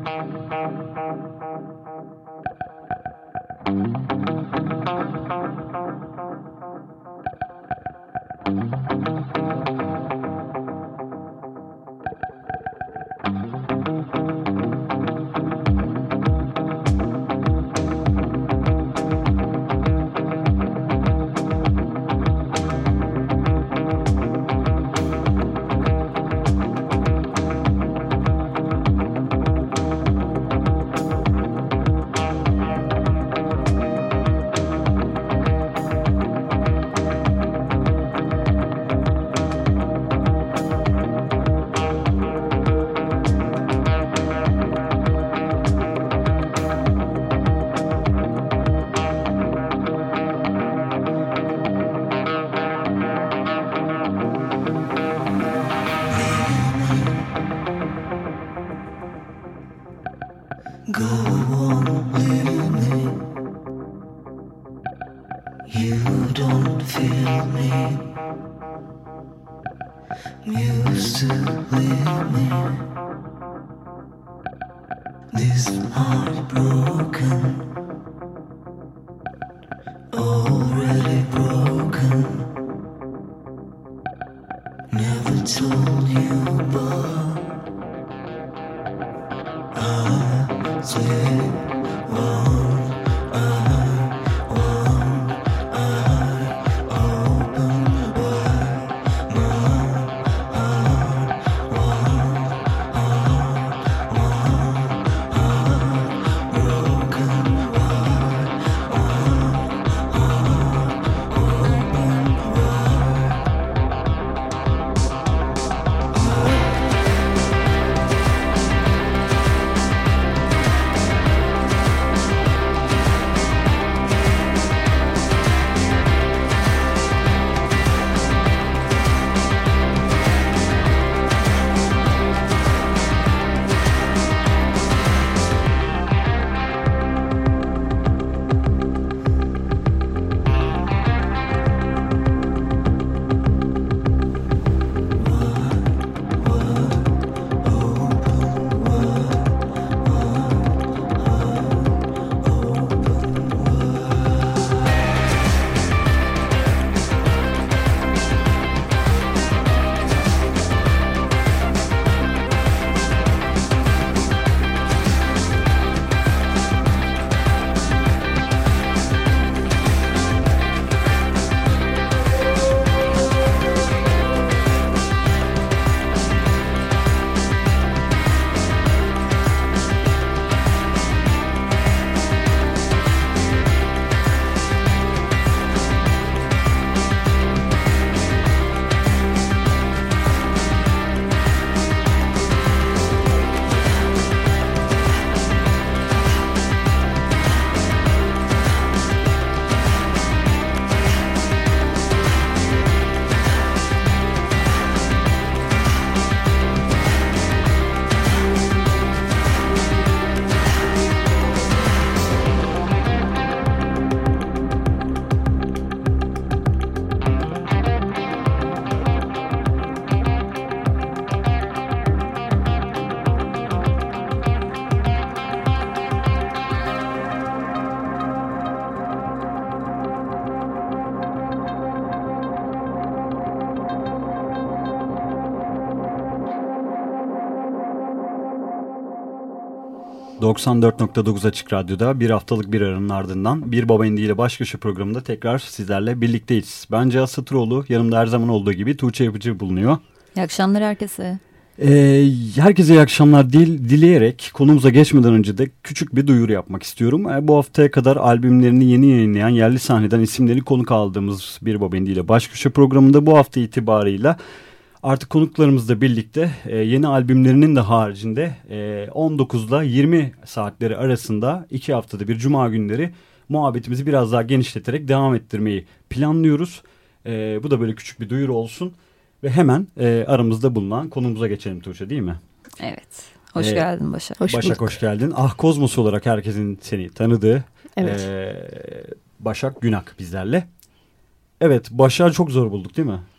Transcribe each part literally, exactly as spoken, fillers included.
doksan dört nokta dokuz Açık Radyo'da bir haftalık bir aranın ardından Bir Baba İndi ile Baş Köşe programında tekrar sizlerle birlikteyiz. Ben Cihaz Satıroğlu, yanımda her zaman olduğu gibi Tuğçe Yapıcı bulunuyor. İyi akşamlar herkese. Ee, herkese iyi akşamlar dil, dileyerek konumuza geçmeden önce de küçük bir duyuru yapmak istiyorum. Ee, bu haftaya kadar albümlerini yeni yayınlayan yerli sahneden isimleri konuk aldığımız Bir Baba İndi ile Baş Köşe programında bu hafta itibarıyla artık konuklarımızla birlikte e, yeni albümlerinin de haricinde e, on dokuzla yirmi saatleri arasında iki haftada bir cuma günleri muhabbetimizi biraz daha genişleterek devam ettirmeyi planlıyoruz. E, bu da böyle küçük bir duyuru olsun ve hemen e, aramızda bulunan konumuza geçelim Tuğçe, değil mi? Evet. Hoş ee, geldin Başak. Hoş Başak hoş geldin. Ah Kozmos olarak herkesin seni tanıdığı evet. e, Başak Günak bizlerle. Evet, Başak'ı çok zor bulduk değil mi?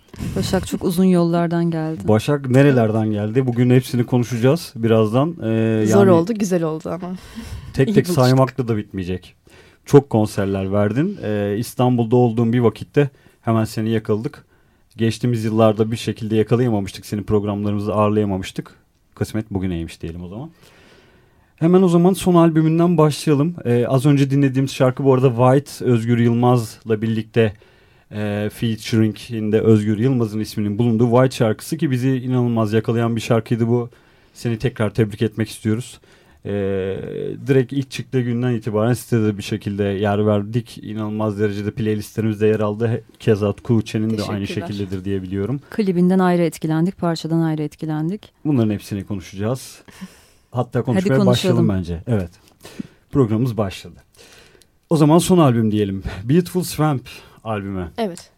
Başak çok uzun yollardan geldi. Başak nerelerden geldi? Bugün hepsini konuşacağız birazdan. Ee, Zor yani oldu, güzel oldu ama. Tek tek saymakla da bitmeyecek. Çok konserler verdin. Ee, İstanbul'da olduğum bir vakitte hemen seni yakaladık. Geçtiğimiz yıllarda bir şekilde yakalayamamıştık. Seni programlarımızda ağırlayamamıştık. Kısmet bugüneymiş diyelim o zaman. Hemen o zaman son albümünden başlayalım. Ee, az önce dinlediğimiz şarkı bu arada White, Özgür Yılmaz'la birlikte e, featuring'inde Özgür Yılmaz'ın isminin bulunduğu White şarkısı ki bizi inanılmaz yakalayan bir şarkıydı bu. Seni tekrar tebrik etmek istiyoruz. Ee, direkt ilk çıktığı günden itibaren sitede bir şekilde yer verdik. İnanılmaz derecede playlistlerimizde yer aldı. Keza Kuğuçe'nin de aynı şekildedir diye biliyorum. Klibinden ayrı etkilendik, parçadan ayrı etkilendik. Bunların hepsini konuşacağız. Hatta konuşmaya başlayalım bence. Evet. Programımız başladı. O zaman son albüm diyelim. Beautiful Swamp albümü. Evet.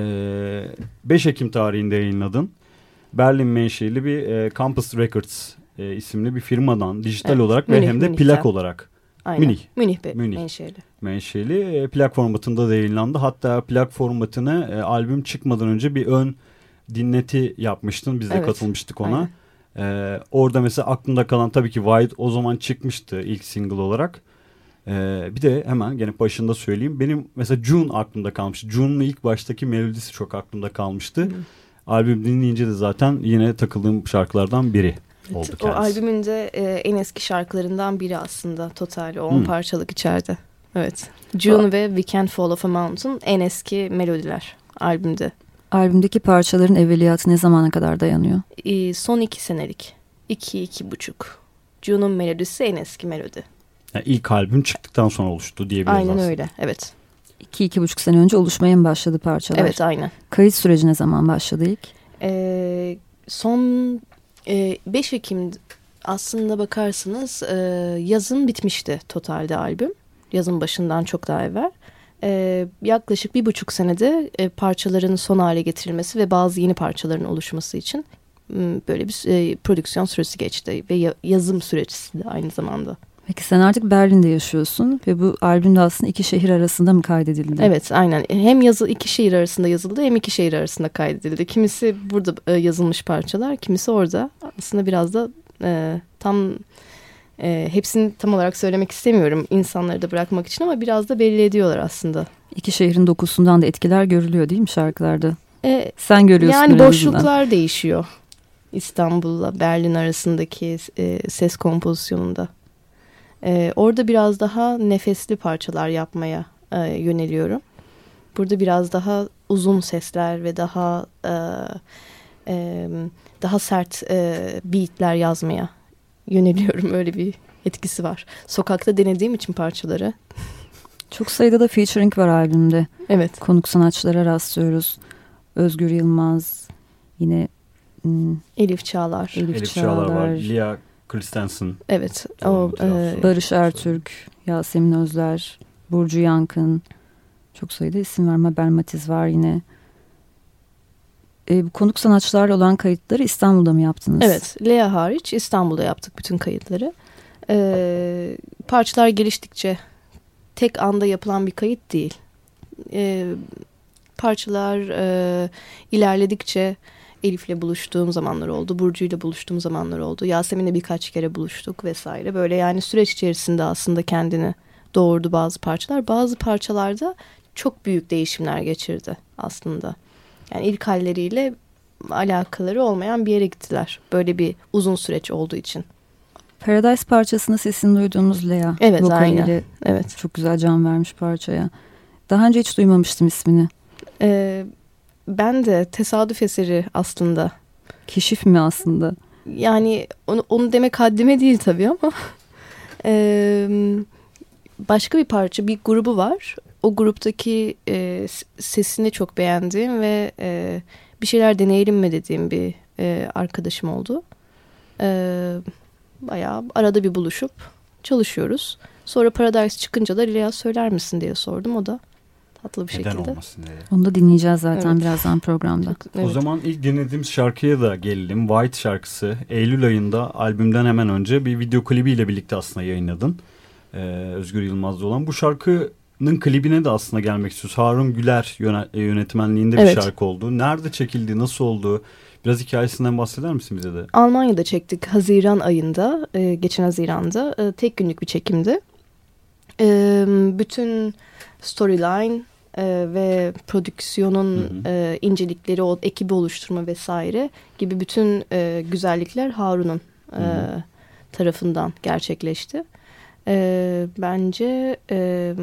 Ee, beş Ekim tarihinde yayınladın. Berlin menşeli bir e, Campus Records e, isimli bir firmadan dijital evet. olarak Münih, ve hem de Münih'ten. Plak olarak. Aynen. Münih. Münih, be, Münih. menşeli. Menşeli e, plak formatında da yayınlandı. Hatta plak formatını e, albüm çıkmadan önce bir ön dinleti yapmıştın. Biz de evet. katılmıştık ona. Ee, orada mesela aklımda kalan tabii ki White o zaman çıkmıştı ilk single olarak. Ee, bir de hemen gene başında söyleyeyim. Benim mesela June aklımda kalmıştı. June'un ilk baştaki melodisi çok aklımda kalmıştı. Hı. Albüm dinleyince de zaten yine takıldığım şarkılardan biri oldu evet, kendisi. O albümün de e, en eski şarkılarından biri aslında total on hmm. parçalık içeride. Evet. June o. ve We Can't Fall Off a Mountain en eski melodiler albümde. Albümdeki parçaların evveliyatı ne zamana kadar dayanıyor? Ee, son iki senelik. İki, iki buçuk. June'un melodisi en eski melodi. Yani ilk albüm çıktıktan sonra oluştu diyebiliriz aynen aslında. Aynen öyle, evet. İki, iki buçuk sene önce oluşmaya mı başladı parçalar? Evet, aynen. Kayıt süreci ne zaman başladı ilk? Ee, son e, beş Ekim aslında bakarsanız e, yazın bitmişti totalde albüm. Yazın başından çok daha evvel. Ee, yaklaşık bir buçuk senede e, parçaların son hale getirilmesi ve bazı yeni parçaların oluşması için m, böyle bir e, prodüksiyon süresi geçti ve ya, yazım süreci de aynı zamanda. Peki sen artık Berlin'de yaşıyorsun ve bu albüm de aslında iki şehir arasında mı kaydedildi? Evet, aynen. Hem yazı iki şehir arasında yazıldı hem iki şehir arasında kaydedildi. Kimisi burada e, yazılmış parçalar, kimisi orada. Aslında biraz da e, tam... E, hepsini tam olarak söylemek istemiyorum insanları da bırakmak için ama biraz da belli ediyorlar aslında. İki şehrin dokusundan da etkiler görülüyor değil mi şarkılarda? E, Sen görüyorsun. Yani boşluklar azından. Değişiyor İstanbul'la Berlin arasındaki e, ses kompozisyonunda. E, orada biraz daha nefesli parçalar yapmaya e, yöneliyorum. Burada biraz daha uzun sesler ve daha e, e, daha sert e, beatler yazmaya yöneliyorum. Öyle bir etkisi var. Sokakta denediğim için parçaları. Çok sayıda da featuring var albümde. Evet. Konuk sanatçılara rastlıyoruz. Özgür Yılmaz, yine hmm, Elif Çağlar. Elif, Elif Çağlar, Çağlar var. Lia Christensen. Evet. O, e, Barış Ertürk, Yasemin Özler, Burcu Yankın. Çok sayıda isim var. Mabel Matiz var yine. E, bu konuk sanatçılarla olan kayıtları İstanbul'da mı yaptınız? Evet. Lea hariç İstanbul'da yaptık bütün kayıtları. E, parçalar geliştikçe tek anda yapılan bir kayıt değil. E, parçalar e, ilerledikçe Elif'le buluştuğum zamanlar oldu. Burcu'yla buluştuğum zamanlar oldu. Yasemin'le birkaç kere buluştuk vesaire. Böyle yani süreç içerisinde aslında kendini doğurdu bazı parçalar. Bazı parçalarda çok büyük değişimler geçirdi aslında. Yani ilk halleriyle alakaları olmayan bir yere gittiler. Böyle bir uzun süreç olduğu için. Paradise parçasını sesini duyduğumuz Lea. Evet, aynen. Evet. Çok güzel can vermiş parçaya. Daha önce hiç duymamıştım ismini. Ee, ben de tesadüf eseri aslında. Keşif mi aslında? Yani onu, onu demek haddime değil tabii ama. ee, başka bir parça, bir grubu var. O gruptaki e, sesini çok beğendiğim ve e, bir şeyler deneyelim mi dediğim bir e, arkadaşım oldu. E, bayağı arada bir buluşup çalışıyoruz. Sonra Paradise çıkınca da Lea söyler misin diye sordum. O da tatlı bir Neden şekilde. Olmasın diye. Onu da dinleyeceğiz zaten evet. Birazdan programda. Çok, evet. O zaman ilk dinlediğimiz şarkıya da gelelim. White şarkısı. Eylül ayında albümden hemen önce bir video klibiyle birlikte aslında yayınladın. Ee, Özgür Yılmaz'da olan. Bu şarkı Harun'un klibine de aslında gelmek istiyoruz. Harun Güler yönetmenliğinde bir evet. şarkı oldu. Nerede çekildi, nasıl oldu? Biraz hikayesinden bahseder misin bize de? Almanya'da çektik Haziran ayında, e, geçen Haziran'da. E, tek günlük bir çekimdi. E, bütün storyline e, ve prodüksiyonun hı hı. E, incelikleri, o ekibi oluşturma vesaire gibi bütün e, güzellikler Harun'un e, tarafından gerçekleşti. E, bence e,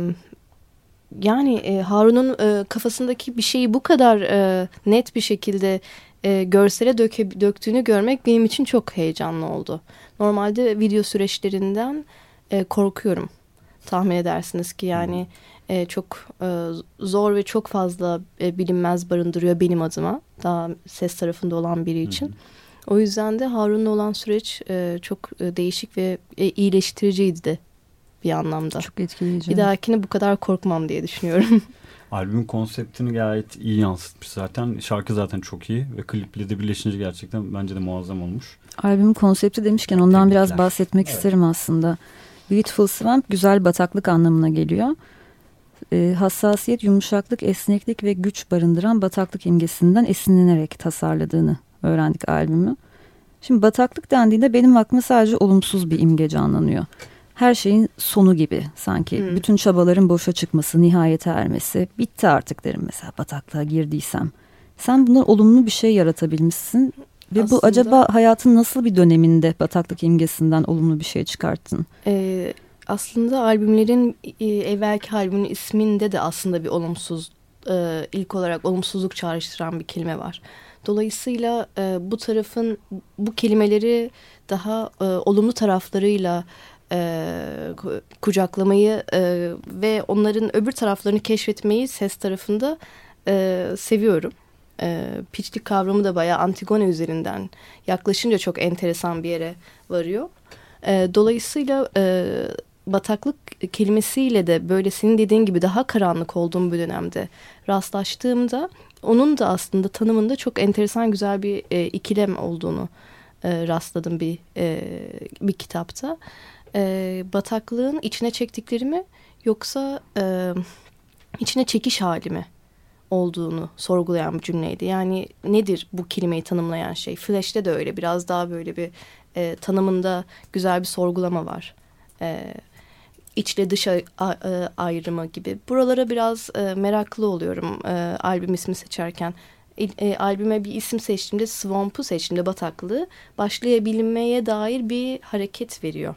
yani e, Harun'un e, kafasındaki bir şeyi bu kadar e, net bir şekilde e, görsele döke, döktüğünü görmek benim için çok heyecanlı oldu. Normalde video süreçlerinden e, korkuyorum. Tahmin edersiniz ki yani e, çok e, zor ve çok fazla e, bilinmez barındırıyor benim adıma. Daha ses tarafında olan biri için. Hı hı. O yüzden de Harun'la olan süreç e, çok e, değişik ve e, iyileştiriciydi de bir anlamda. Çok etkileyici. Bir dahakine bu kadar korkmam diye düşünüyorum. Albümün konseptini gayet iyi yansıtmış zaten. Şarkı zaten çok iyi ve kliple de birleşince gerçekten bence de muazzam olmuş. Albümün konsepti demişken ondan Tebrikler. Biraz bahsetmek evet. isterim aslında. Beautiful Swamp güzel bataklık anlamına geliyor. E, hassasiyet, yumuşaklık, esneklik ve güç barındıran bataklık imgesinden esinlenerek tasarladığını öğrendik albümü. Şimdi bataklık dendiğinde benim aklıma sadece olumsuz bir imge canlanıyor. Her şeyin sonu gibi sanki. Hmm. Bütün çabaların boşa çıkması, nihayete ermesi. Bitti artık derim mesela bataklığa girdiysem. Sen bundan olumlu bir şey yaratabilmişsin. Ve aslında, bu acaba hayatın nasıl bir döneminde bataklık imgesinden olumlu bir şey çıkarttın? E, aslında albümlerin e, evvelki albümün isminde de aslında bir olumsuz, e, ilk olarak olumsuzluk çağrıştıran bir kelime var. Dolayısıyla e, bu tarafın bu kelimeleri daha e, olumlu taraflarıyla e, kucaklamayı e, ve onların öbür taraflarını keşfetmeyi ses tarafında e, seviyorum. E, piçlik kavramı da bayağı Antigone üzerinden yaklaşınca çok enteresan bir yere varıyor. E, dolayısıyla e, bataklık kelimesiyle de böyle senin dediğin gibi daha karanlık olduğum bir dönemde rastlaştığımda onun da aslında tanımında çok enteresan güzel bir e, ikilem olduğunu e, rastladım bir e, bir kitapta. E, bataklığın içine çektiklerimi yoksa e, içine çekiş halimi olduğunu sorgulayan bir cümleydi. Yani nedir bu kelimeyi tanımlayan şey? Flash'te de öyle biraz daha böyle bir e, tanımında güzel bir sorgulama var. E, içle dış a, a, ayrımı gibi. Buralara biraz e, meraklı oluyorum e, albüm ismi seçerken. E, e, albüme bir isim seçtiğimde, Swamp'u seçtiğimde, bataklığı başlayabilmeye dair bir hareket veriyor.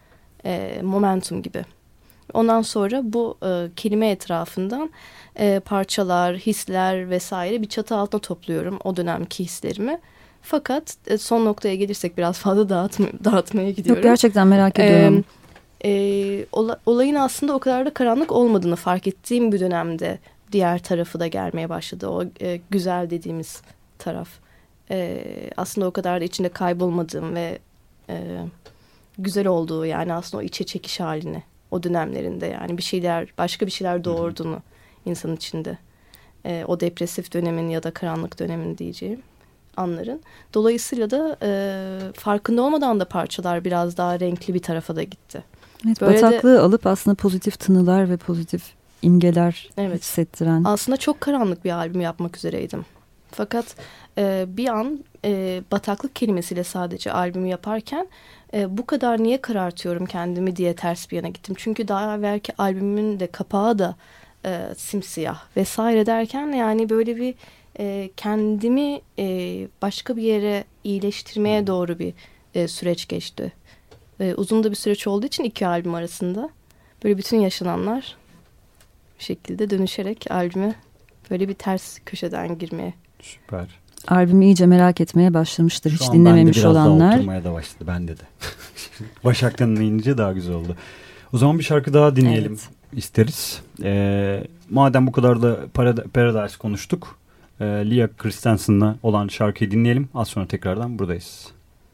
E, momentum gibi. Ondan sonra bu e, kelime etrafından e, parçalar, hisler vesaire bir çatı altına topluyorum o dönemki hislerimi. Fakat e, son noktaya gelirsek biraz fazla dağıtma, dağıtmaya gidiyorum. Yok, gerçekten merak ediyorum. E, e, ola, olayın aslında o kadar da karanlık olmadığını fark ettiğim bir dönemde diğer tarafı da gelmeye başladı. O e, güzel dediğimiz taraf. E, aslında o kadar da içinde kaybolmadığım ve e, güzel olduğu, yani aslında o içe çekiş halini o dönemlerinde, yani bir şeyler, başka bir şeyler doğurduğunu insanın içinde. E, o depresif dönemin ya da karanlık dönemin diyeceğim anların. Dolayısıyla da e, farkında olmadan da parçalar biraz daha renkli bir tarafa da gitti. Evet, böyle bataklığı de, alıp aslında pozitif tınılar ve pozitif imgeler evet, hissettiren. Aslında çok karanlık bir albüm yapmak üzereydim. Fakat e, bir an e, bataklık kelimesiyle sadece albümü yaparken e, bu kadar niye karartıyorum kendimi diye ters bir yana gittim. Çünkü daha evvelki albümün de kapağı da e, simsiyah vesaire derken, yani böyle bir e, kendimi e, başka bir yere iyileştirmeye doğru bir e, süreç geçti. E, uzun da bir süreç olduğu için iki albüm arasında böyle bütün yaşananlar bir şekilde dönüşerek albüme böyle bir ters köşeden girmeye. Süper. Albümü iyice merak etmeye başlamıştır. Şu hiç dinlememiş olanlar. Şu an bende biraz daha oturmaya da başladı. Bende de. Başak'tan dinleyince daha güzel oldu. O zaman bir şarkı daha dinleyelim evet, isteriz. Ee, madem bu kadar da Paradise konuştuk. E, Lia Christensen'la olan şarkıyı dinleyelim. Az sonra tekrardan buradayız.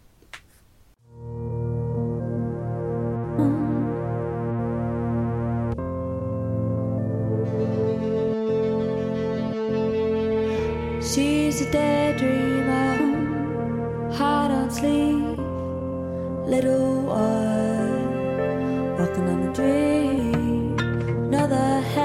She's a daydreamer, heart on sleeve, little one, walking on a dream, another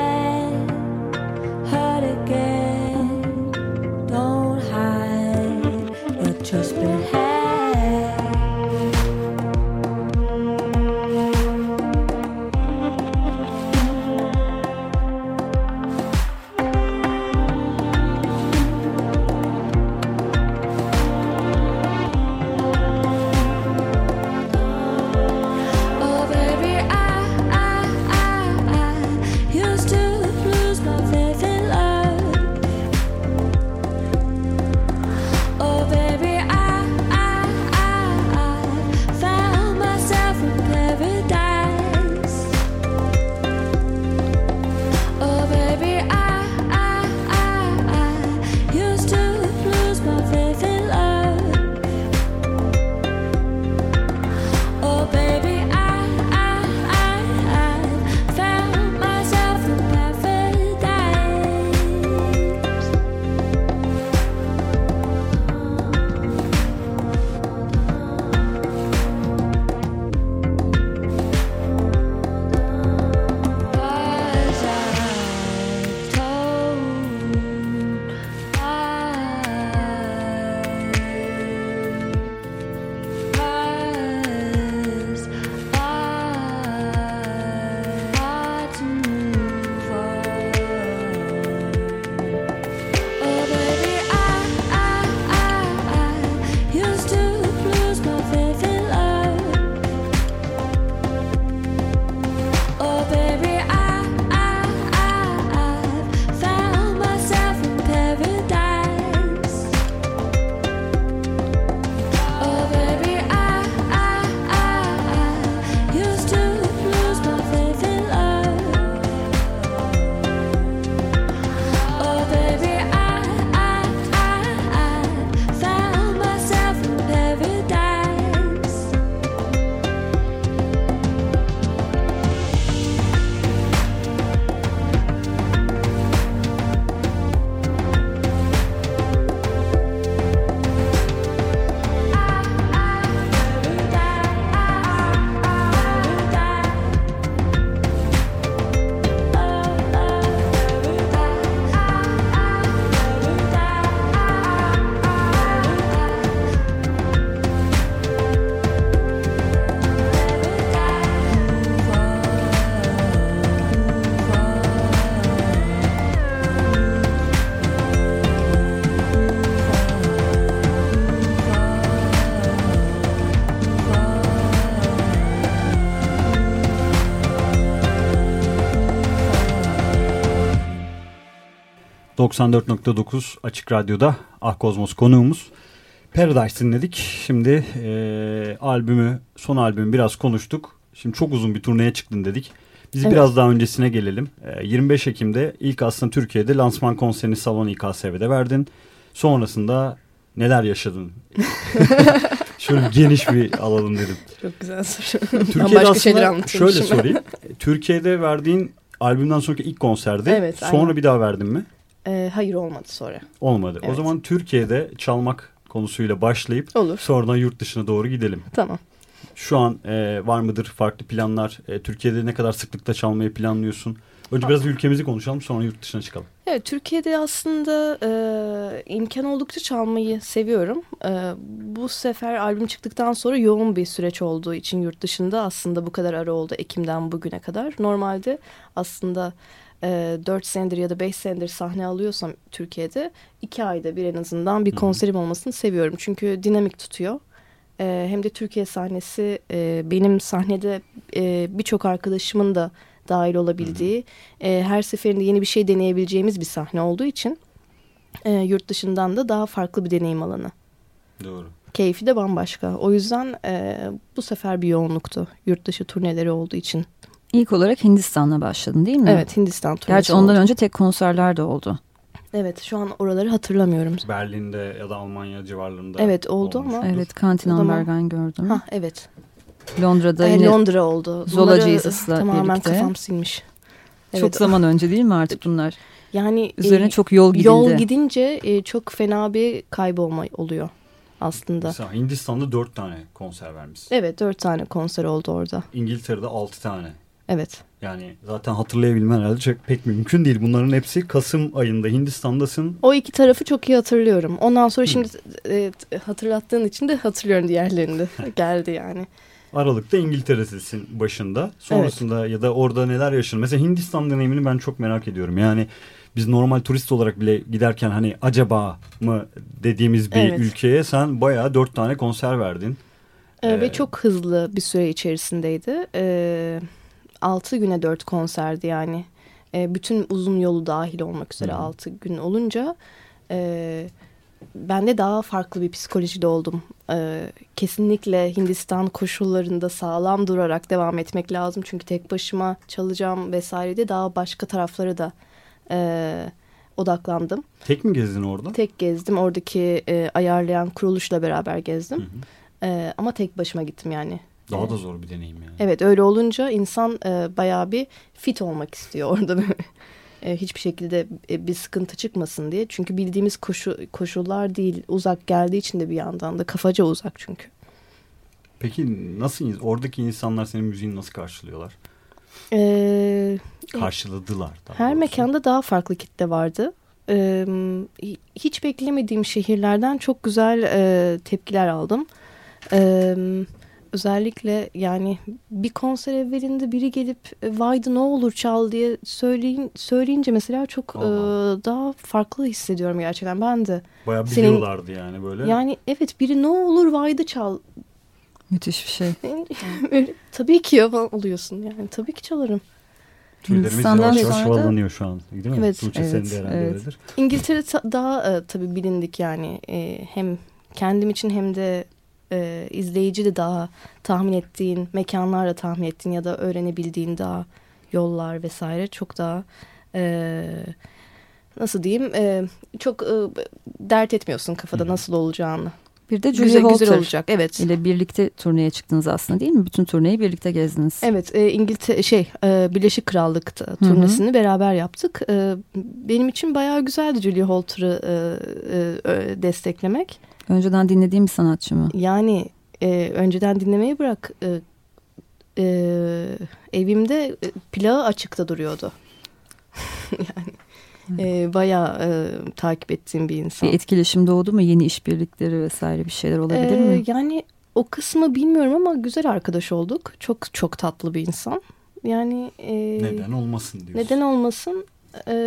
doksan dört nokta dokuz Açık Radyo'da Ah Kozmos konuğumuz. Paradise dinledik. Şimdi e, albümü, son albümü biraz konuştuk. Şimdi çok uzun bir turneye çıktın dedik. Biz evet. biraz daha öncesine gelelim. E, yirmi beş Ekim'de ilk aslında Türkiye'de lansman konserini Salon İ K S V'de verdin. Sonrasında neler yaşadın? Şöyle geniş bir alalım dedim. Çok güzel soru. Türkiye'de aslında şöyle sorayım. Türkiye'de verdiğin albümden sonraki ilk konserde evet, sonra aynen. bir daha verdin mi? Ee, hayır olmadı sonra. Olmadı. Evet. O zaman Türkiye'de çalmak konusuyla başlayıp olur. Sonradan yurt dışına doğru gidelim. Tamam. Şu an e, var mıdır farklı planlar? E, Türkiye'de ne kadar sıklıkta çalmayı planlıyorsun? Önce biraz ülkemizi konuşalım, sonra yurt dışına çıkalım. Evet, Türkiye'de aslında e, imkan oldukça çalmayı seviyorum. E, bu sefer albüm çıktıktan sonra yoğun bir süreç olduğu için yurt dışında aslında bu kadar ara oldu Ekim'den bugüne kadar. Normalde aslında e, dört senedir ya da beş senedir sahne alıyorsam Türkiye'de iki ayda bir en azından bir konserim olmasını seviyorum. Çünkü dinamik tutuyor. E, hem de Türkiye sahnesi e, benim sahnede e, birçok arkadaşımın da dahil olabildiği, e, her seferinde yeni bir şey deneyebileceğimiz bir sahne olduğu için e, yurt dışından da daha farklı bir deneyim alanı. Doğru. Keyfi de bambaşka. O yüzden e, bu sefer bir yoğunluktu yurt dışı turneleri olduğu için. İlk olarak Hindistan'la başladın değil mi? Evet, Hindistan turnesi Gerçi ondan oldu. önce tek konserler de oldu. Evet, şu an oraları hatırlamıyorum. Berlin'de ya da Almanya civarlarında. Evet, oldu olmuştur. ama. Evet, Kantinambergen gördüm. Ha, evet. Londra'da ee, yine Londra oldu. Zola Jesus'la tamamen birlikte. kafam silmiş. Evet. Çok zaman önce değil mi artık bunlar? Yani üzerine e, çok yol gidildi. Yol gidince e, çok fena bir kaybolma oluyor aslında. Mesela Hindistan'da dört tane konser vermişsin. Evet, dört tane konser oldu orada. İngiltere'de altı tane. Evet. Yani zaten hatırlayabilmen herhalde çok, pek mümkün değil. Bunların hepsi Kasım ayında Hindistan'dasın. O iki tarafı çok iyi hatırlıyorum. Ondan sonra şimdi e, hatırlattığın için de hatırlıyorum diğerlerini de. Geldi yani. Aralık'ta İngiltere'desin başında. Sonrasında evet. ya da orada neler yaşadın? Mesela Hindistan deneyimini ben çok merak ediyorum. Yani biz normal turist olarak bile giderken hani acaba mı dediğimiz bir evet. ülkeye sen bayağı dört tane konser verdin. Ee, ee, ve çok hızlı bir süre içerisindeydi. Ee, altı güne dört konserdi yani. Ee, bütün uzun yolu dahil olmak üzere hmm. altı gün olunca... E, ben de daha farklı bir psikolojide oldum. Ee, kesinlikle Hindistan koşullarında sağlam durarak devam etmek lazım. Çünkü tek başıma çalacağım vesaire de daha başka taraflara da e, odaklandım. Tek mi gezdin orada? Tek gezdim. Oradaki e, ayarlayan kuruluşla beraber gezdim. Hı hı. E, ama tek başıma gittim yani. Daha e, da zor bir deneyim yani. Evet, öyle olunca insan e, bayağı bir fit olmak istiyor orada. Hiçbir şekilde bir sıkıntı çıkmasın diye. Çünkü bildiğimiz koşu, koşullar değil. Uzak geldiği için de bir yandan da kafaca uzak çünkü. Peki nasıl, oradaki insanlar senin müziğini nasıl karşılıyorlar? Ee, Karşıladılar. Her doğrusu. Mekanda daha farklı kitle vardı. Ee, hiç beklemediğim şehirlerden çok güzel e, tepkiler aldım. Ee, Özellikle yani bir konser evvelinde biri gelip vaydı ne olur çal diye söyleyin, söyleyince mesela çok e, daha farklı hissediyorum gerçekten. Ben de. Bayağı biliyorlardı senin, yani böyle. Yani evet, biri ne olur vaydı çal. Müthiş bir şey. Tabii ki ya oluyorsun yani. Tabii ki çalarım. Tüylerimiz yavaş yavaş havalanıyor şu an. Değil mi? Evet. Tuğçe evet, senin de herhalde evet. öyledir. İngiltere ta- daha e, tabii bilindik yani. E, hem kendim için hem de e, izleyici de daha tahmin ettiğin, mekanlarla tahmin ettiğin ya da öğrenebildiğin daha yollar vesaire çok daha e, nasıl diyeyim e, çok e, dert etmiyorsun kafada Hı. nasıl olacağını. Bir de Julie güzel, Holter güzel olacak. Evet. ile birlikte turneye çıktınız aslında değil mi? Bütün turneyi birlikte gezdiniz. Evet, e, İngiltere şey e, Birleşik Krallık turnesini Hı-hı. beraber yaptık. E, benim için bayağı güzeldi Julie Holter'ı e, e, desteklemek. Önceden dinlediğim bir sanatçı mı? Yani e, önceden dinlemeyi bırak. E, e, evimde plağı açıkta duruyordu. Yani e, bayağı e, takip ettiğim bir insan. Bir etkileşim doğdu mu? Yeni işbirlikleri vesaire bir şeyler olabilir e, mi? Yani o kısmı bilmiyorum ama güzel arkadaş olduk. Çok çok tatlı bir insan. Yani e, neden olmasın diyorsun? Neden olmasın? E,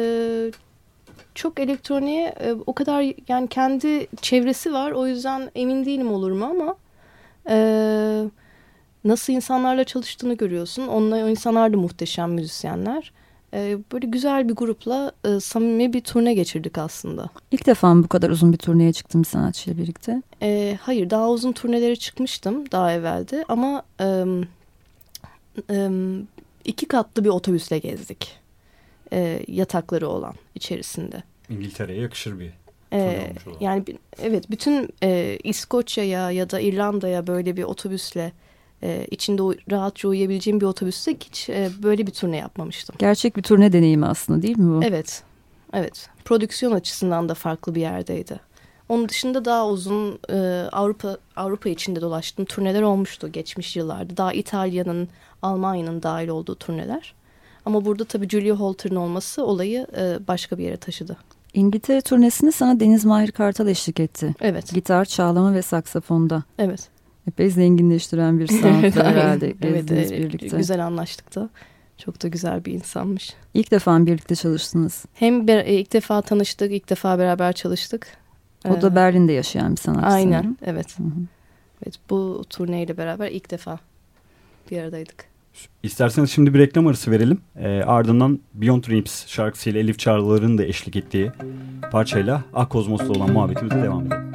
çok elektroniğe e, o kadar yani kendi çevresi var. O yüzden emin değilim olur mu ama e, nasıl insanlarla çalıştığını görüyorsun. Onlar, o insanlar da muhteşem müzisyenler. E, böyle güzel bir grupla e, samimi bir turne geçirdik aslında. İlk defa mı bu kadar uzun bir turneye çıktın bir sanatçıyla birlikte? E, hayır, daha uzun turnelere çıkmıştım daha evvelde ama e, e, iki katlı bir otobüsle gezdik. E, yatakları olan içerisinde. İngiltere'ye yakışır bir Ee, yani evet, bütün e, İskoçya'ya ya da İrlanda'ya böyle bir otobüsle e, içinde uy- rahatça uyuyabileceğim bir otobüste hiç e, böyle bir turne yapmamıştım. Gerçek bir turne deneyimi aslında, değil mi bu? Evet, evet. Prodüksiyon açısından da farklı bir yerdeydi. Onun dışında daha uzun e, Avrupa Avrupa içinde dolaştığım turneler olmuştu geçmiş yıllarda. Daha İtalya'nın, Almanya'nın dahil olduğu turneler. Ama burada tabii Julia Holter'ın olması olayı e, başka bir yere taşıdı. İngiltere turnesinde sana Deniz Mahir Kartal eşlik etti. Evet. Gitar, çağlama ve saksafonda. Evet. Epey zenginleştiren bir sanatı herhalde evet, gezdiniz evet, birlikte. Güzel anlaştık da. Çok da güzel bir insanmış. İlk defa birlikte çalıştınız. Hem ber- ilk defa tanıştık, ilk defa beraber çalıştık. O ee, da Berlin'de yaşayan bir sanatçı. Aynen, sanırım. evet. Hı hı. Evet, bu turneyle beraber ilk defa bir aradaydık. İsterseniz şimdi bir reklam arası verelim. E, ardından Beyond Dreams şarkısıyla Elif Çağrılar'ın da eşlik ettiği parçayla Ah Kozmos'la olan muhabbetimize devam edelim.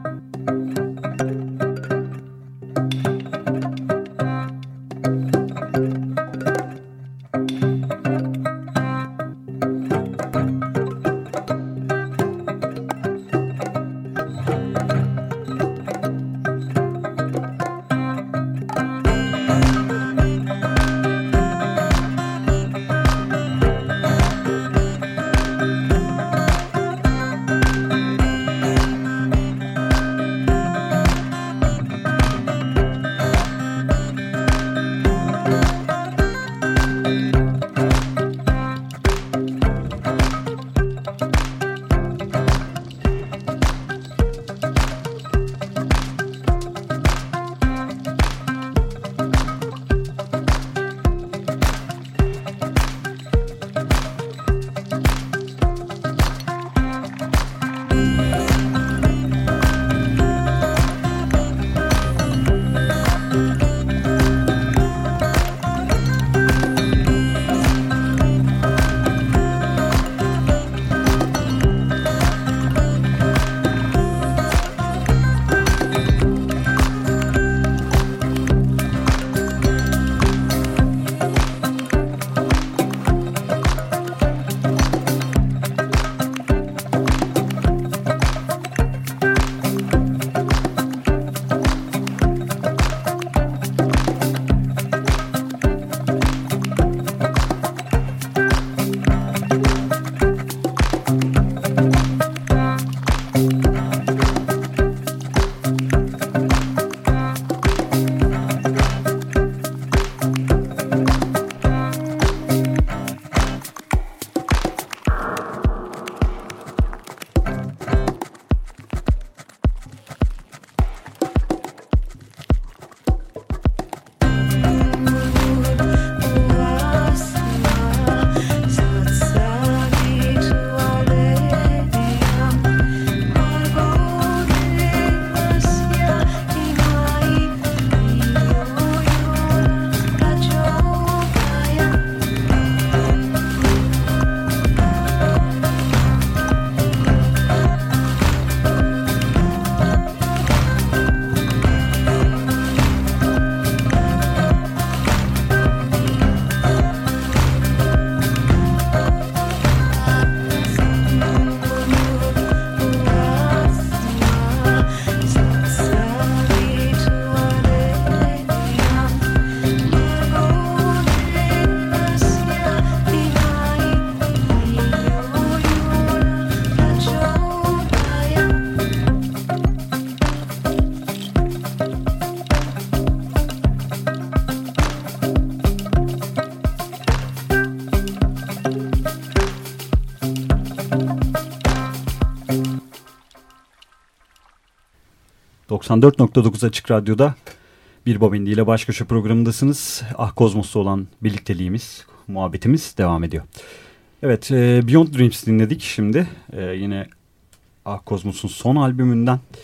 doksan dört nokta dokuz Açık Radyo'da Bir Bobindi ile baş köşe programındasınız. Ah Kozmos'ta olan birlikteliğimiz, muhabbetimiz devam ediyor. Evet, e, Beyond Dreams dinledik şimdi. E, yine Ah Kozmos'un son albümünden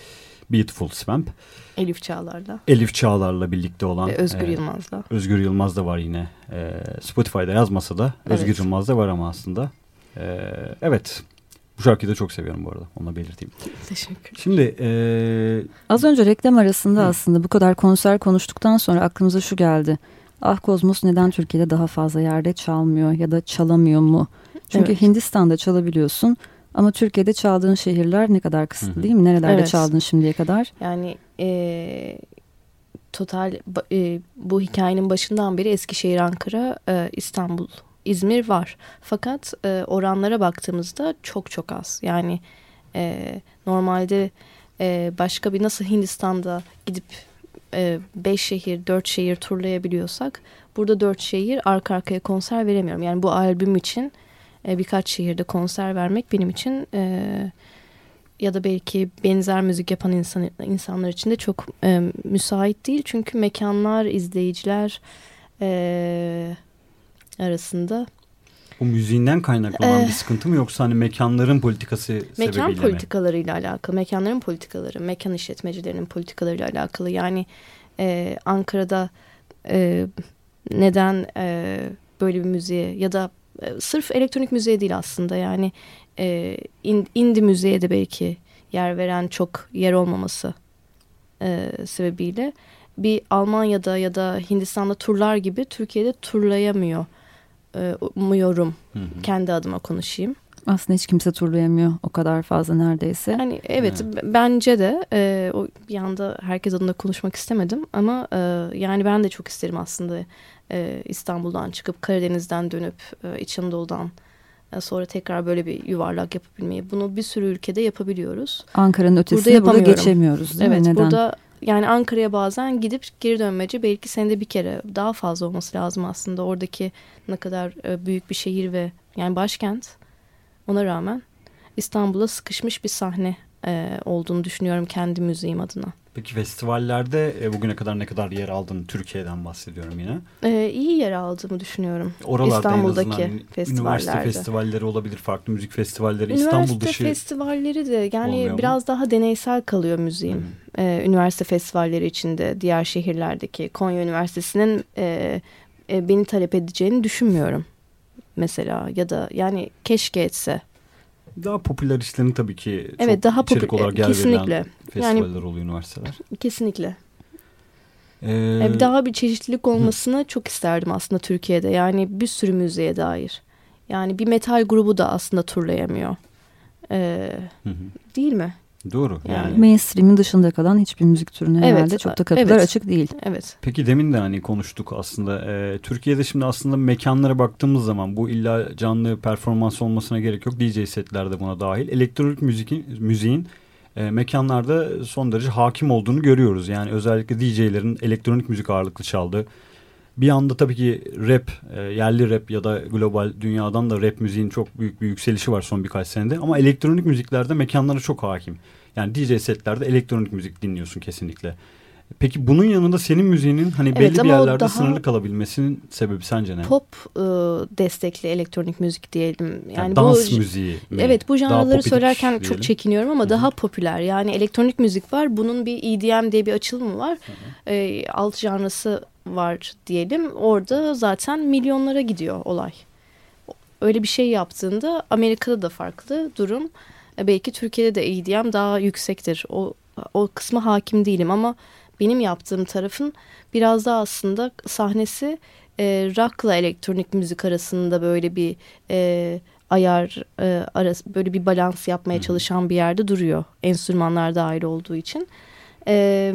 Beautiful Swamp. Elif Çağlar'la. Elif Çağlar'la birlikte olan. Ve Özgür e, Yılmaz'la. Özgür Yılmaz da var yine. E, Spotify'da yazmasa da Evet. Özgür Yılmaz da var ama aslında. E, evet. Bu şarkıyı da çok seviyorum bu arada. Onu da belirteyim. Teşekkür ederim. Şimdi e, Az önce reklam arasında Hı. aslında bu kadar konser konuştuktan sonra aklımıza şu geldi. Ah Kozmos neden Türkiye'de daha fazla yerde çalmıyor ya da çalamıyor mu? Çünkü Evet. Hindistan'da çalabiliyorsun ama Türkiye'de çaldığın şehirler ne kadar kısıtlı Hı hı. değil mi? Nerelerde Evet. çaldın şimdiye kadar? Yani e, total e, bu hikayenin başından beri Eskişehir, Ankara, e, İstanbul, İzmir var. Fakat e, oranlara baktığımızda çok çok az. Yani e, normalde e, başka bir nasıl Hindistan'da gidip e, beş şehir, dört şehir turlayabiliyorsak burada dört şehir arka arkaya konser veremiyorum. Yani bu albüm için e, birkaç şehirde konser vermek benim için e, ya da belki benzer müzik yapan insan, insanlar için de çok e, müsait değil. Çünkü mekanlar, izleyiciler e, arasında. bu müziğinden kaynaklanan Ee, bir sıkıntı mı yoksa hani mekanların politikası Mekan sebebiyle mi? politikalarıyla alakalı, mekanların politikaları, mekan işletmecilerinin politikalarıyla alakalı. Yani e, Ankara'da e, neden e, böyle bir müziğe ya da e, sırf elektronik müziğe değil aslında yani e, in, indie müziğe de belki yer veren çok yer olmaması e, sebebiyle bir Almanya'da ya da Hindistan'da turlar gibi Türkiye'de turlayamıyor. E, umuyorum. Hı hı. Kendi adıma konuşayım. Aslında hiç kimse turlayamıyor o kadar fazla neredeyse. Yani evet, Evet. b- bence de e, o bir anda herkes adına konuşmak istemedim ama e, yani ben de çok isterim aslında e, İstanbul'dan çıkıp Karadeniz'den dönüp e, İç Anadolu'dan e, sonra tekrar böyle bir yuvarlak yapabilmeyi. Bunu bir sürü ülkede yapabiliyoruz. Ankara'nın ötesine burada, yapamıyorum. geçemiyoruz değil Evet, mi? Neden? burada yani Ankara'ya bazen gidip geri dönmece belki senede bir kere daha fazla olması lazım aslında. Oradaki ne kadar e, büyük bir şehir ve yani başkent, ona rağmen İstanbul'a sıkışmış bir sahne e, olduğunu düşünüyorum kendi müziğim adına. Peki festivallerde e, bugüne kadar ne kadar yer aldın? Türkiye'den bahsediyorum yine. E, iyi yer aldığımı düşünüyorum. Oralarda İstanbul'daki en azından festivallerde. üniversite festivalleri olabilir, farklı müzik festivalleri. Üniversite İstanbul dışı festivalleri de yani olmuyor mu? biraz daha deneysel kalıyor müziğim. Hmm. E, üniversite festivalleri içinde diğer şehirlerdeki Konya Üniversitesi'nin e, e, beni talep edeceğini düşünmüyorum. Mesela ya da yani keşke etse. daha popüler işlerin tabii ki çok Evet, daha içerik popüler, olarak yer kesinlikle. verilen festivaller oluyor, üniversiteler. Kesinlikle. Ee, Yani daha bir çeşitlilik olmasını hı. çok isterdim aslında Türkiye'de. Yani bir sürü müziğe dair. Yani bir metal grubu da aslında turlayamıyor. Ee, hı hı. Değil mi? Doğru. Yani. Yani. Mainstream'in dışında kalan hiçbir müzik türüne Evet, herhalde çok da kapılar evet. açık değil. Evet. Peki demin de hani konuştuk aslında. Ee, Türkiye'de şimdi aslında mekanlara baktığımız zaman bu illa canlı performans olmasına gerek yok. D J setler de buna dahil. Elektronik müziğin, müziğin e, mekanlarda son derece hakim olduğunu görüyoruz. Yani özellikle D J'lerin elektronik müzik ağırlıklı çaldığı. Bir anda tabii ki rap, e, yerli rap ya da global dünyadan da rap müziğin çok büyük bir yükselişi var son birkaç senede. Ama elektronik müziklerde mekanlara çok hakim. Yani D J setlerde elektronik müzik dinliyorsun kesinlikle. Peki bunun yanında senin müziğinin hani Evet, belli bir yerlerde daha sınırlı kalabilmesinin sebebi sence ne? Pop e, destekli elektronik müzik diyelim. Yani, Yani dans bu, müziği mi? Evet, bu janraları popidik söylerken diyelim. çok çekiniyorum ama Hı-hı. daha popüler. Yani elektronik müzik var. Bunun bir E D M diye bir açılımı var. E, alt janrası var diyelim. Orada zaten milyonlara gidiyor olay. Öyle bir şey yaptığında Amerika'da da farklı durum. E, belki Türkiye'de de E D M daha yüksektir. O, o kısma hakim değilim ama benim yaptığım tarafın biraz daha aslında sahnesi e, rock'la elektronik müzik arasında böyle bir e, ayar e, arası, böyle bir balans yapmaya çalışan bir yerde duruyor. Enstrümanlar dahil olduğu için. E,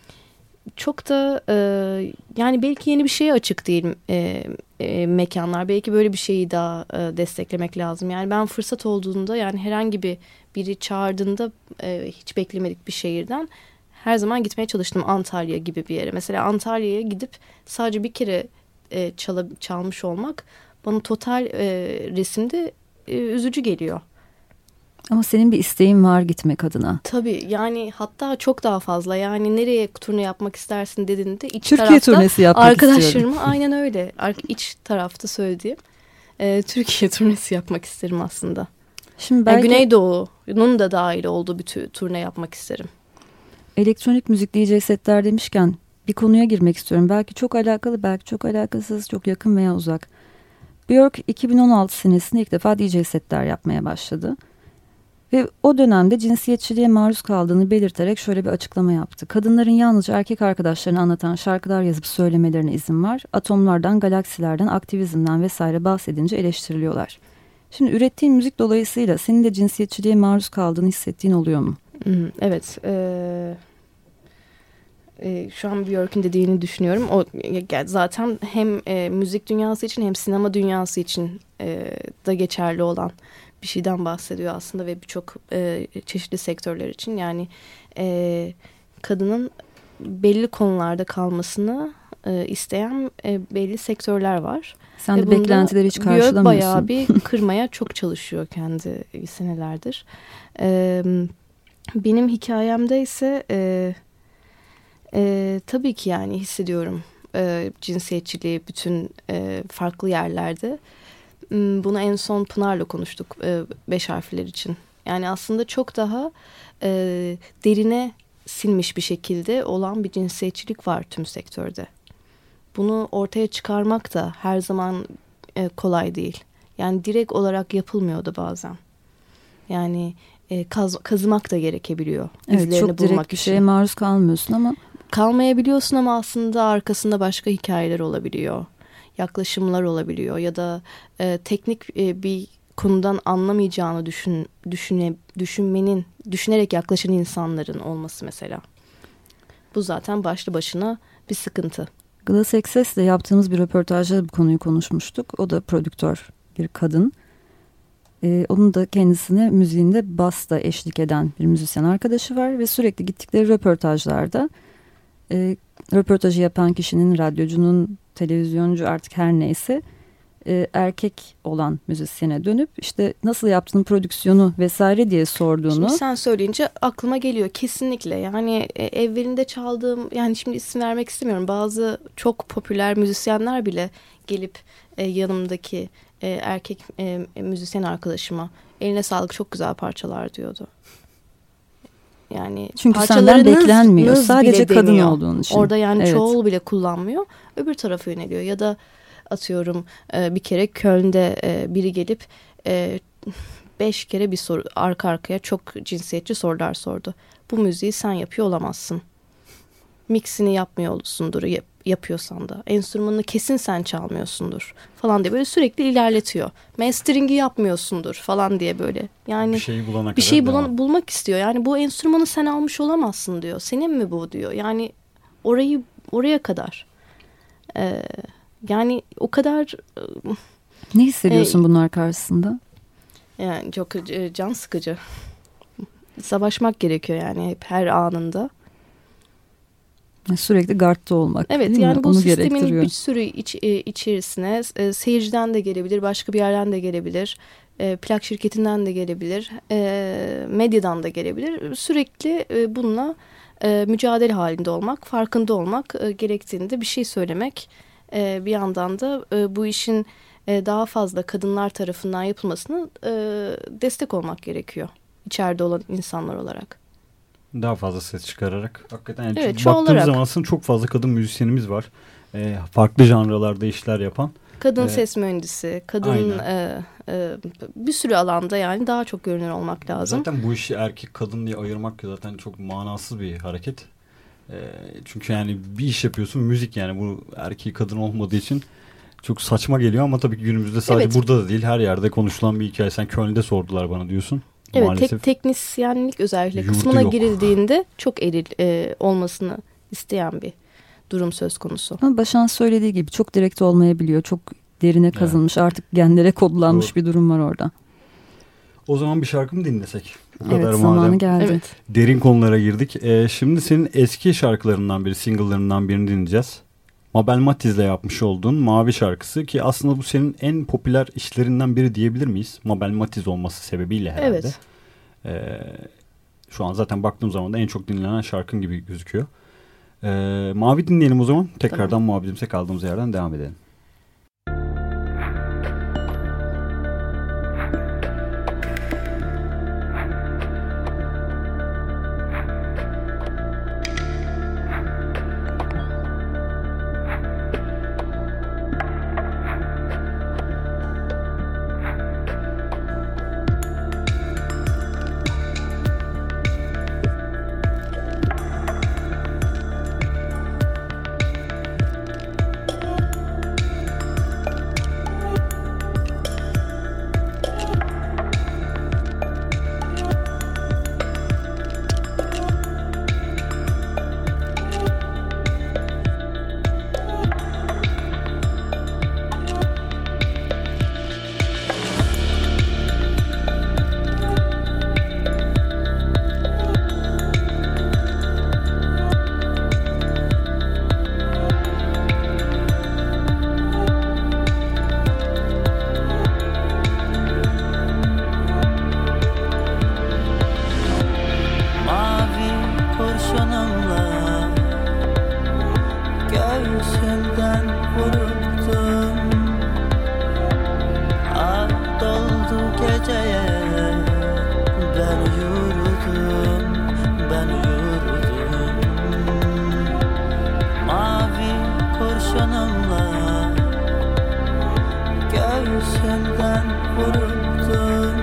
çok da e, yani belki yeni bir şeye açık değil e, e, mekanlar. Belki böyle bir şeyi daha e, desteklemek lazım. Yani ben fırsat olduğunda yani herhangi bir biri çağırdığında e, hiç beklemedik bir şehirden her zaman gitmeye çalıştım, Antalya gibi bir yere. Mesela Antalya'ya gidip sadece bir kere e, çala, çalmış olmak bana total e, resimde e, üzücü geliyor. Ama senin bir isteğin var gitmek adına. Tabii yani hatta çok daha fazla. Yani nereye turne yapmak istersin dediğinde iç Türkiye tarafta turnesi yapmak arkadaşlarıma aynen öyle. İç tarafta söylediğim e, Türkiye turnesi yapmak isterim aslında. Şimdi belki... yani Güneydoğu'nun da dahil olduğu bir turne yapmak isterim. elektronik müzik D J setler demişken bir konuya girmek istiyorum. Belki çok alakalı, belki çok alakasız, çok yakın veya uzak. Björk iki bin on altı senesinde ilk defa D J setler yapmaya başladı. Ve o dönemde cinsiyetçiliğe maruz kaldığını belirterek şöyle bir açıklama yaptı. Kadınların yalnızca erkek arkadaşlarını anlatan şarkılar yazıp söylemelerine izin var. Atomlardan, galaksilerden, aktivizmden vesaire bahsedince eleştiriliyorlar. Şimdi ürettiğin müzik dolayısıyla senin de cinsiyetçiliğe maruz kaldığını hissettiğin oluyor mu? Evet. Ee, e, şu an Björk'ün dediğini düşünüyorum. O zaten hem e, müzik dünyası için hem sinema dünyası için e, da geçerli olan bir şeyden bahsediyor aslında ve birçok e, çeşitli sektörler için. Yani e, kadının belli konularda kalmasını e, isteyen e, belli sektörler var. Sen de beklentileri hiç karşılamıyorsun. Björk bayağı bir kırmaya çok çalışıyor kendi senelerdir. E, benim hikayemde ise e, e, tabii ki yani hissediyorum e, cinsiyetçiliği bütün e, farklı yerlerde. Bunu en son Pınar'la konuştuk e, beş harfler için. Yani aslında çok daha e, derine sinmiş bir şekilde olan bir cinsiyetçilik var tüm sektörde. Bunu ortaya çıkarmak da her zaman e, kolay değil. Yani direkt olarak yapılmıyor da bazen. Yani e, kaz, kazımak da gerekebiliyor. Evet, çok direkt bir şeye maruz kalmıyorsun ama. Kalmayabiliyorsun ama aslında arkasında başka hikayeler olabiliyor. Yaklaşımlar olabiliyor ya da e, teknik e, bir konudan anlamayacağını düşün, düşüne, düşünmenin, düşünerek yaklaşan insanların olması mesela. Bu zaten başlı başına bir sıkıntı. Glass Access'le yaptığımız bir röportajda bu konuyu konuşmuştuk. O da prodüktör bir kadın. Ee, onun da kendisine müziğinde basla eşlik eden bir müzisyen arkadaşı var ve sürekli gittikleri röportajlarda e, röportajı yapan kişinin, radyocunun, televizyoncu artık her neyse e, erkek olan müzisyene dönüp işte nasıl yaptığın prodüksiyonu vesaire diye sorduğunu. Şimdi sen söyleyince aklıma geliyor kesinlikle. Yani e, evvelinde çaldığım, yani şimdi isim vermek istemiyorum. Bazı çok popüler müzisyenler bile gelip e, yanımdaki e, erkek e, müzisyen arkadaşıma eline sağlık çok güzel parçalar diyordu. Yani çünkü senden beklenmiyor. Sadece kadın deniyor olduğun için. Orada yani evet. çoğul bile kullanmıyor. Öbür tarafa yöneliyor. Ya da atıyorum bir kere Köln'de biri gelip beş kere bir soru arka arkaya çok cinsiyetçi sorular sordu. Bu müziği sen yapıyor olamazsın. Mixini yapmıyorsundur yap, yapıyorsan da. Enstrümanını kesin sen çalmıyorsundur falan diye böyle sürekli ilerletiyor. Mastering'i yapmıyorsundur falan diye böyle. Yani bir şeyi bulana bir kadar şey bulan, bulmak istiyor. Yani bu enstrümanı sen almış olamazsın diyor. Senin mi bu diyor. Yani orayı oraya kadar. Ee, yani o kadar. Ne hissediyorsun e, bunlar karşısında? Yani çok e, can sıkıcı. Savaşmak gerekiyor yani hep her anında. Sürekli gardta olmak. Evet yani bu Onu sistemin bir sürü iç, e, içerisine e, seyirciden de gelebilir, başka bir yerden de gelebilir, e, plak şirketinden de gelebilir, e, medyadan da gelebilir. Sürekli e, bununla e, mücadele halinde olmak, farkında olmak e, gerektiğinde bir şey söylemek. E, bir yandan da e, bu işin e, daha fazla kadınlar tarafından yapılmasına e, destek olmak gerekiyor. İçeride olan insanlar olarak. Daha fazla ses çıkararak. Hakikaten yani evet, baktığımız zaman aslında çok fazla kadın müzisyenimiz var. E, farklı janralarda işler yapan. Kadın e, ses mühendisi, kadın e, e, bir sürü alanda yani daha çok görünür olmak lazım. Zaten bu işi erkek kadın diye ayırmak zaten çok manasız bir hareket. E, çünkü yani bir iş yapıyorsun, müzik yani bu erkeği kadın olmadığı için çok saçma geliyor ama tabii ki günümüzde sadece evet. burada da değil her yerde konuşulan bir hikaye. Sen Köln'de sordular bana diyorsun. Evet, tek, teknisyenlik özellikle kısmına yok. Girildiğinde çok eril e, olmasını isteyen bir durum söz konusu. Ama Başak'ın söylediği gibi çok direkt olmayabiliyor. Çok derine kazınmış, evet. artık genlere kodlanmış Doğru. bir durum var orada. O zaman bir şarkı mı dinlesek? Bu evet, kadar zamanı madem geldi. Evet. Derin konulara girdik. Ee, şimdi senin eski şarkılarından biri, single'larından birini dinleyeceğiz. Mabel Matiz'le yapmış olduğun Mavi şarkısı ki aslında bu senin en popüler işlerinden biri diyebilir miyiz? Mabel Matiz olması sebebiyle herhalde. Evet. Ee, şu an zaten baktığım zaman da en çok dinlenen şarkın gibi gözüküyor. Ee, Mavi dinleyelim o zaman. Tekrardan tamam. muhabbetimize kaldığımız yerden devam edelim. Göğsümden vuruldum,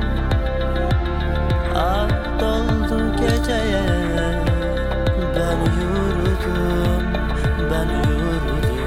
ah doldu geceye. Ben yürüdüm, ben yürüdüm.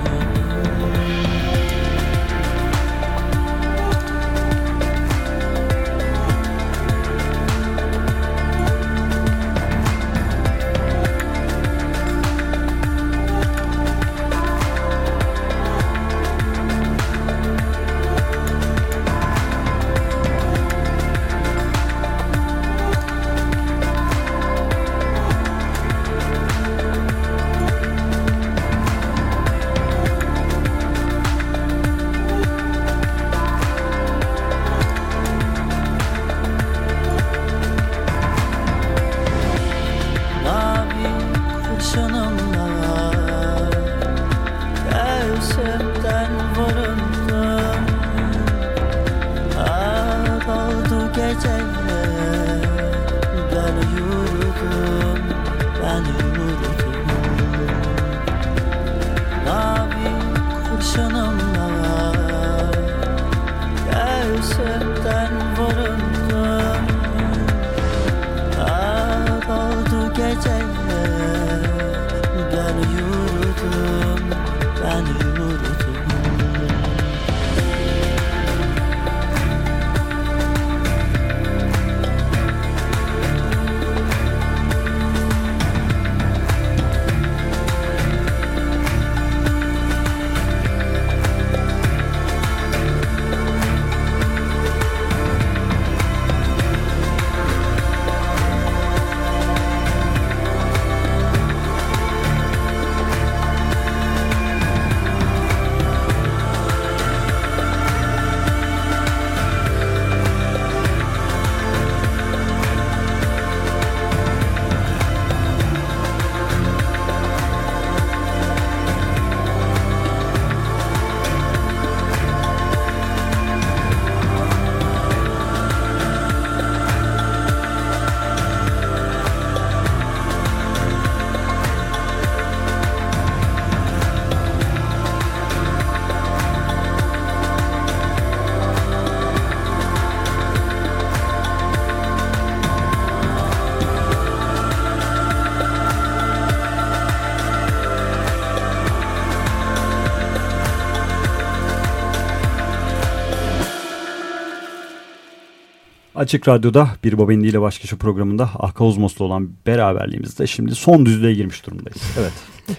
Açık Radyo'da Bir Baba İndi ile Başka Şu programında Ahkozmos'la olan beraberliğimizde şimdi son düzlüğe girmiş durumdayız. Evet.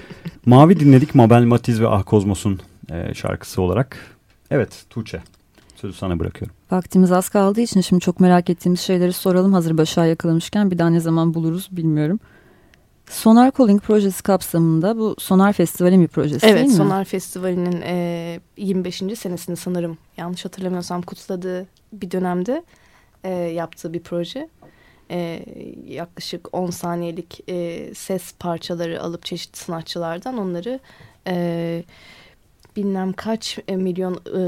Mavi dinledik, Mabel Matiz ve Ahkozmos'un e, şarkısı olarak. Evet Tuğçe, sözü sana bırakıyorum. Vaktimiz az kaldığı için şimdi çok merak ettiğimiz şeyleri soralım. Hazır Başak'ı yakalamışken bir daha ne zaman buluruz bilmiyorum. Sonar Calling projesi kapsamında bu Sonar Festivali'nin bir projesi evet, değil mi? Evet, Sonar Festivali'nin e, yirmi beşinci senesini sanırım yanlış hatırlamıyorsam kutladığı bir dönemde e, yaptığı bir proje. E, yaklaşık on saniyelik e, ses parçaları alıp çeşitli sanatçılardan onları e, bilmem kaç e, milyon e,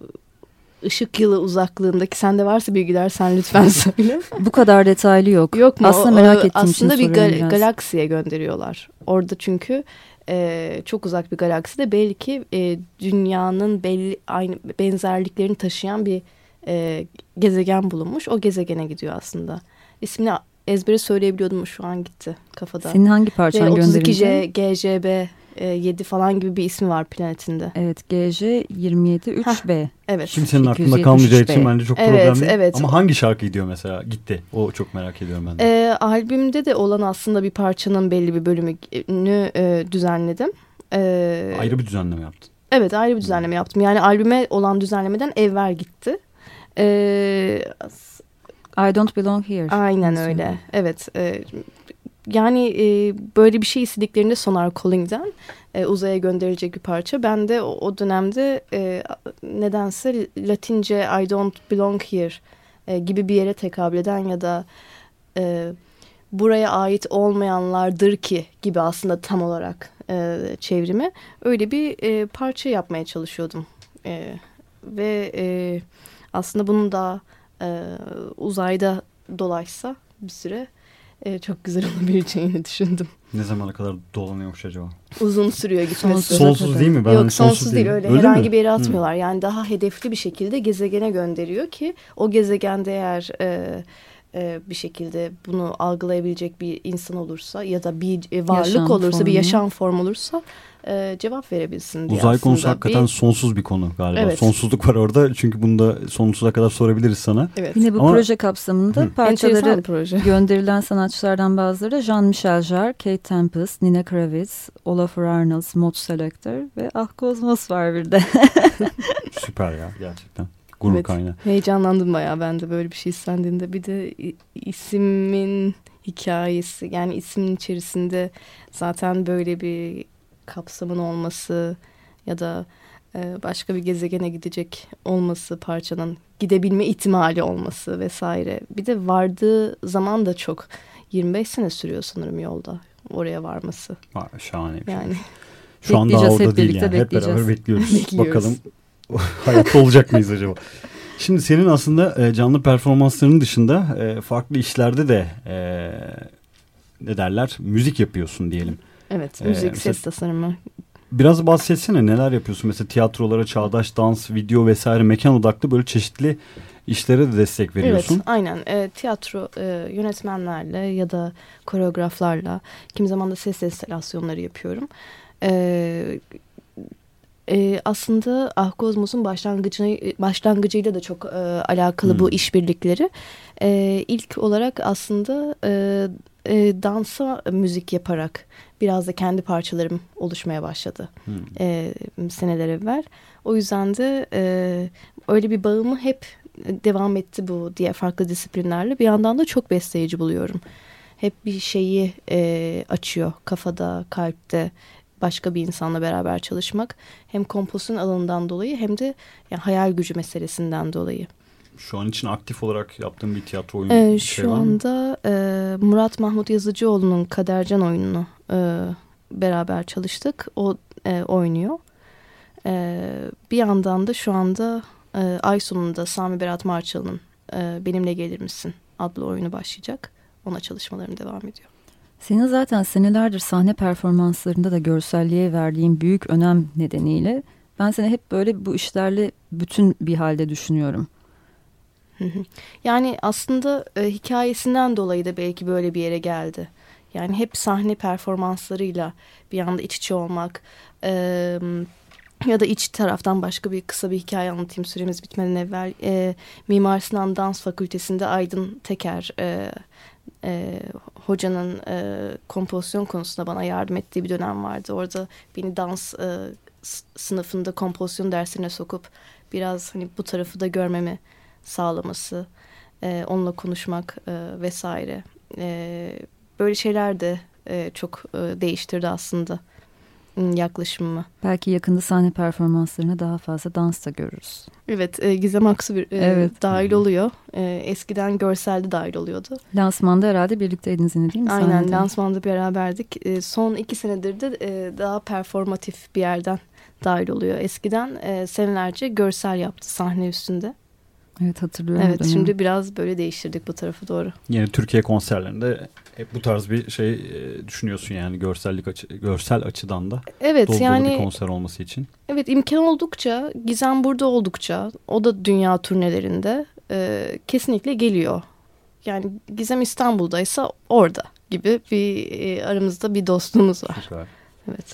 ışık yılı uzaklığındaki, sende varsa bilgiler sen lütfen söyle. Bu kadar detaylı yok. Yok mu? Aslında merak ettiğim aslında için bir soruyorum gal- biraz. galaksiye gönderiyorlar. Orada çünkü e, çok uzak bir galakside belki e, dünyanın belli aynı benzerliklerini taşıyan bir e, gezegen bulunmuş. O gezegene gidiyor aslında. İsmini ezbere söyleyebiliyordum ama şu an gitti kafada. Senin hangi parçan otuz iki gönderince? J, G J B yedi falan gibi bir ismi var planetinde. Evet, G J yirmi yedi üç B. Evet. Kimsenin aklında kalmayacağı için bence çok evet, problem değil. Evet. Ama hangi şarkı gidiyor mesela? Gitti. O çok merak ediyorum ben de. E, albümde de olan aslında bir parçanın belli bir bölümünü e, düzenledim. E, ayrı bir düzenleme yaptın. Evet, ayrı bir düzenleme yaptım. Yani albüme olan düzenlemeden evvel gitti. E, I Don't Belong Here. Aynen Nasıl öyle. öyle? Evet. E, yani e, böyle bir şey istediklerinde Sonar Calling'den e, uzaya gönderilecek bir parça. Ben de o, o dönemde e, nedense Latince I Don't Belong Here e, gibi bir yere tekabül eden ya da e, buraya ait olmayanlardır ki gibi aslında tam olarak e, çevrimi. Öyle bir e, parça yapmaya çalışıyordum. E, ve e, aslında bunun da e, uzayda dolaşsa bir süre e, çok güzel olabileceğini düşündüm. Ne zamana kadar dolanıyormuş acaba? Uzun sürüyor gitmesi. Sonsuz değil mi? Ben Yok hani sonsuz, sonsuz değil değil. öyle, Öyle herhangi mi? bir yere atmıyorlar. Hmm. Yani daha hedefli bir şekilde gezegene gönderiyor ki o gezegende eğer e, e, bir şekilde bunu algılayabilecek bir insan olursa ya da bir e, varlık yaşam olursa formu. bir yaşam formu olursa e, cevap verebilsin diye. Uzay konusu hakikaten bir... sonsuz bir konu galiba. Evet. Sonsuzluk var orada çünkü bunu da sonsuza kadar sorabiliriz sana. Evet. Yine bu Ama... proje kapsamında Hı. parçaları proje. gönderilen sanatçılardan bazıları da Jean-Michel Jarre, Kate Tempest, Nina Kravitz, Olafur Arnalds, Mod Selector ve Ah Kozmos var bir de. Süper ya gerçekten. Gurur evet, kaynağı. Heyecanlandım bayağı ben de böyle bir şey istendiğinde. Bir de ismin hikayesi, yani ismin içerisinde zaten böyle bir kapsamın olması ya da başka bir gezegene gidecek olması, parçanın gidebilme ihtimali olması vesaire. Bir de vardığı zaman da çok, yirmi beş sene sürüyor sanırım yolda oraya varması. Ha, şahane bir şey. Yani. Şu an daha orada değil yani. Hep beraber bekliyoruz. Bakalım hayatta olacak mıyız acaba? Şimdi senin aslında canlı performanslarının dışında farklı işlerde de ne derler müzik yapıyorsun diyelim. Evet, müzik, ee, ses tasarımı. Biraz bahsetsene neler yapıyorsun? Mesela tiyatrolara, çağdaş dans, video vesaire mekan odaklı böyle çeşitli işlere de destek veriyorsun. Evet, aynen. E, tiyatro e, yönetmenlerle ya da koreograflarla, kimi zaman da ses enstalasyonları yapıyorum. E, e, aslında Ah Kozmos'un başlangıcı, başlangıcıyla da çok e, alakalı hmm. bu işbirlikleri. E, ilk olarak aslında e, e, dansa müzik yaparak biraz da kendi parçalarım oluşmaya başladı hmm. e, seneler evvel. O yüzden de e, öyle bir bağımı hep devam etti bu diye farklı disiplinlerle. Bir yandan da çok besleyici buluyorum. Hep bir şeyi e, açıyor kafada, kalpte başka bir insanla beraber çalışmak. Hem kompozisyon alanından dolayı hem de yani hayal gücü meselesinden dolayı. Şu an için aktif olarak yaptığım bir tiyatro oyunu ee, bir şu şey var mı? Şu anda e, Murat Mahmut Yazıcıoğlu'nun Kadercan oyununu e, beraber çalıştık. O e, oynuyor. E, bir yandan da şu anda e, ay sonunda Sami Berat Marçalı'nın e, Benimle Gelir Misin adlı oyunu başlayacak. Ona çalışmalarım devam ediyor. Senin zaten senelerdir sahne performanslarında da görselliğe verdiğin büyük önem nedeniyle ben seni hep böyle bu işlerle bütün bir halde düşünüyorum. Yani aslında e, hikayesinden dolayı da belki böyle bir yere geldi. Yani hep sahne performanslarıyla bir anda iç içe olmak e, ya da iç taraftan başka bir kısa bir hikaye anlatayım süremiz bitmeden evvel. E, Mimar Sinan Dans Fakültesi'nde Aydın Teker e, e, hocanın e, kompozisyon konusunda bana yardım ettiği bir dönem vardı. Orada beni dans e, sınıfında kompozisyon dersine sokup biraz hani bu tarafı da görmemi sağlaması, e, onunla konuşmak e, vesaire. E, böyle şeyler de e, çok e, değiştirdi aslında yaklaşımımı. Belki yakında sahne performanslarına daha fazla dans da görürüz. Evet, e, Gizem Aksu bir, e, evet. dahil oluyor. E, eskiden görselde dahil oluyordu. Lansmanda herhalde birlikteydiniz yine değil mi? Aynen, sahnede? Lansmanda beraberdik. E, son iki senedir de e, daha performatif bir yerden dahil oluyor. Eskiden e, senelerce görsel yaptı sahne üstünde. Evet, hatırlıyorum. Evet, dönemi. Şimdi biraz böyle değiştirdik bu tarafı doğru. Yine Türkiye konserlerinde hep bu tarz bir şey e, düşünüyorsun yani görsellik açı, görsel açıdan da. Evet, dolu yani dolu bir konser olması için. Evet, imkan oldukça, Gizem burada oldukça, o da dünya turnelerinde e, kesinlikle geliyor. Yani Gizem İstanbul'daysa orada gibi bir e, aramızda bir dostluğumuz var. Süper. Evet.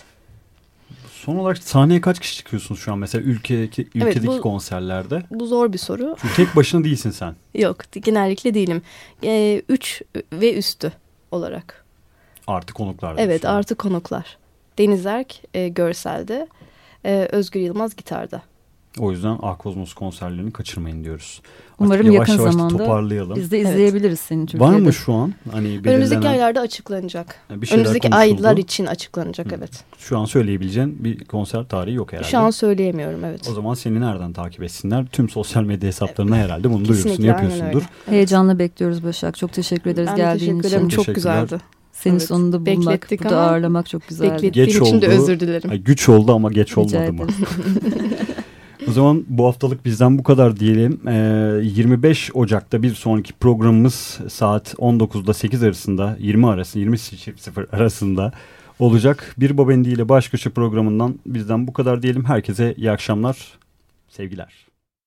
Son olarak sahneye kaç kişi çıkıyorsunuz şu an mesela ülkedeki, ülkedeki evet, bu, konserlerde? Bu zor bir soru. Çünkü tek başına değilsin sen. Yok, genellikle değilim. E, üç ve üstü olarak. Artı konuklar. Evet, artı konuklar. Deniz Erk e, görselde, e, Özgür Yılmaz gitarda. O yüzden Ah Kozmos konserlerini kaçırmayın diyoruz. Umarım Artık yavaş yakın yavaş zamanda toparlayalım. biz de izleyebiliriz evet. seni Türkiye'de. Var mı şu an? Hani belirlenen... Önümüzdeki aylarda açıklanacak. Yani önümüzdeki aylar için açıklanacak. Hı. Evet. Şu an söyleyebileceğin bir konser tarihi yok herhalde. Şu an söyleyemiyorum evet. O zaman seni nereden takip etsinler? Tüm sosyal medya hesaplarına herhalde bunu duyurusunu yapıyorsundur. Heyecanla bekliyoruz Başak. Çok teşekkür ederiz ben geldiğin teşekkür ederim. için. Çok güzeldi. Senin evet. sonunda bulmak, burada ağırlamak çok güzeldi. Beklettiğim için de özür dilerim. Ay, güç oldu ama geç olmadı mı? O zaman bu haftalık bizden bu kadar diyelim. Ee, yirmi beş Ocak'ta bir sonraki programımız saat on dokuzda sekiz arasında, yirmi arası, yirmi sıfır arasında olacak. Bir Babendi ile Baş Köşe programından bizden bu kadar diyelim. Herkese iyi akşamlar, sevgiler.